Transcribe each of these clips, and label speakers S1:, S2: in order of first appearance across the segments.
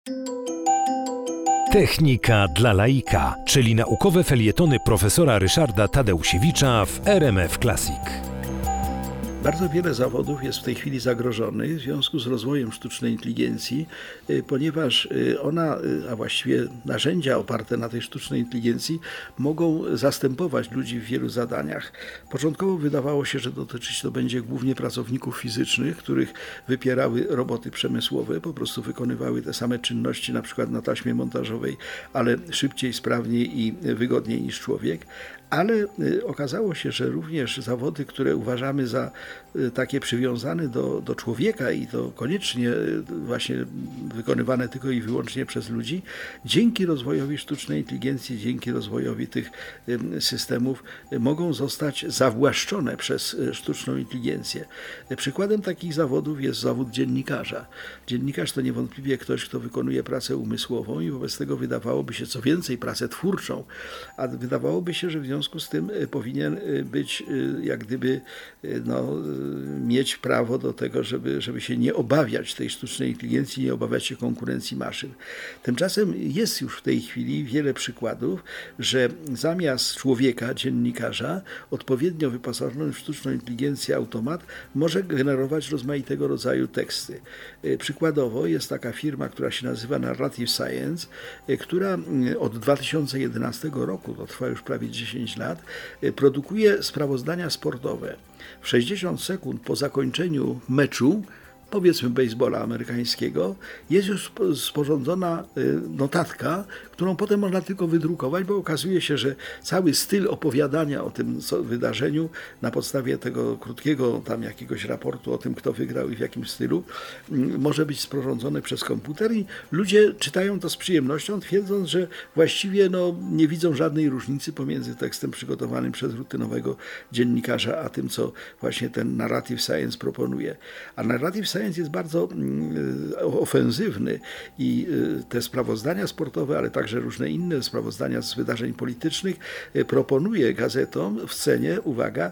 S1: Technika dla laika, czyli naukowe felietony profesora Ryszarda Tadeusiewicza w RMF Classic.
S2: Bardzo wiele zawodów jest w tej chwili zagrożonych w związku z rozwojem sztucznej inteligencji, ponieważ ona, a właściwie narzędzia oparte na tej sztucznej inteligencji mogą zastępować ludzi w wielu zadaniach. Początkowo wydawało się, że dotyczyć to będzie głównie pracowników fizycznych, których wypierały roboty przemysłowe, po prostu wykonywały te same czynności, na przykład na taśmie montażowej, ale szybciej, sprawniej i wygodniej niż człowiek. Ale okazało się, że również zawody, które uważamy za takie przywiązane do człowieka i to koniecznie właśnie wykonywane tylko i wyłącznie przez ludzi, dzięki rozwojowi sztucznej inteligencji, dzięki rozwojowi tych systemów mogą zostać zawłaszczone przez sztuczną inteligencję. Przykładem takich zawodów jest zawód dziennikarza. Dziennikarz to niewątpliwie ktoś, kto wykonuje pracę umysłową i wobec tego wydawałoby się, co więcej, pracę twórczą, a wydawałoby się, że w związku z tym powinien być jak gdyby mieć prawo do tego, żeby się nie obawiać tej sztucznej inteligencji, nie obawiać się konkurencji maszyn. Tymczasem jest już w tej chwili wiele przykładów, że zamiast człowieka, dziennikarza, odpowiednio wyposażony w sztuczną inteligencję automat może generować rozmaitego rodzaju teksty. Przykładowo jest taka firma, która się nazywa Narrative Science, która od 2011 roku, to trwa już prawie 10 lat, produkuje sprawozdania sportowe. W 60 sekund po zakończeniu meczu, powiedzmy baseballa amerykańskiego, jest już sporządzona notatka, którą potem można tylko wydrukować, bo okazuje się, że cały styl opowiadania o tym wydarzeniu na podstawie tego krótkiego tam jakiegoś raportu o tym, kto wygrał i w jakim stylu, może być sporządzony przez komputer i ludzie czytają to z przyjemnością, twierdząc, że właściwie nie widzą żadnej różnicy pomiędzy tekstem przygotowanym przez rutynowego dziennikarza, a tym, co właśnie ten Narrative Science proponuje. A Narrative Science jest bardzo ofensywny i te sprawozdania sportowe, ale także różne inne sprawozdania z wydarzeń politycznych proponuje gazetom w cenie, uwaga,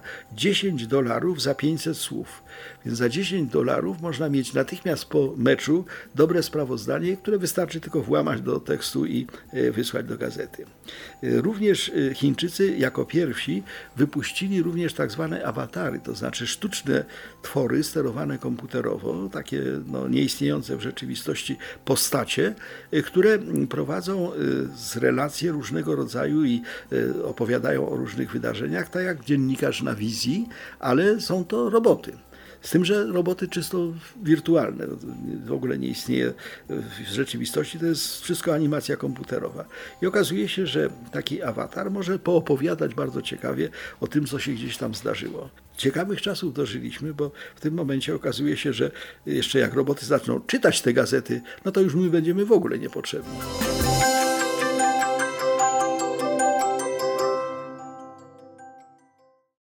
S2: $10 za 500 słów. Więc za $10 można mieć natychmiast po meczu dobre sprawozdanie, które wystarczy tylko włamać do tekstu i wysłać do gazety. Również Chińczycy jako pierwsi wypuścili również tak zwane awatary, to znaczy sztuczne twory sterowane komputerowo, takie nieistniejące w rzeczywistości postacie, które prowadzą z relacje różnego rodzaju i opowiadają o różnych wydarzeniach, tak jak dziennikarz na wizji, ale są to roboty. Z tym, że roboty czysto wirtualne, w ogóle nie istnieje w rzeczywistości, to jest wszystko animacja komputerowa. I okazuje się, że taki awatar może poopowiadać bardzo ciekawie o tym, co się gdzieś tam zdarzyło. Ciekawych czasów dożyliśmy, bo w tym momencie okazuje się, że jeszcze jak roboty zaczną czytać te gazety, to już my będziemy w ogóle niepotrzebni.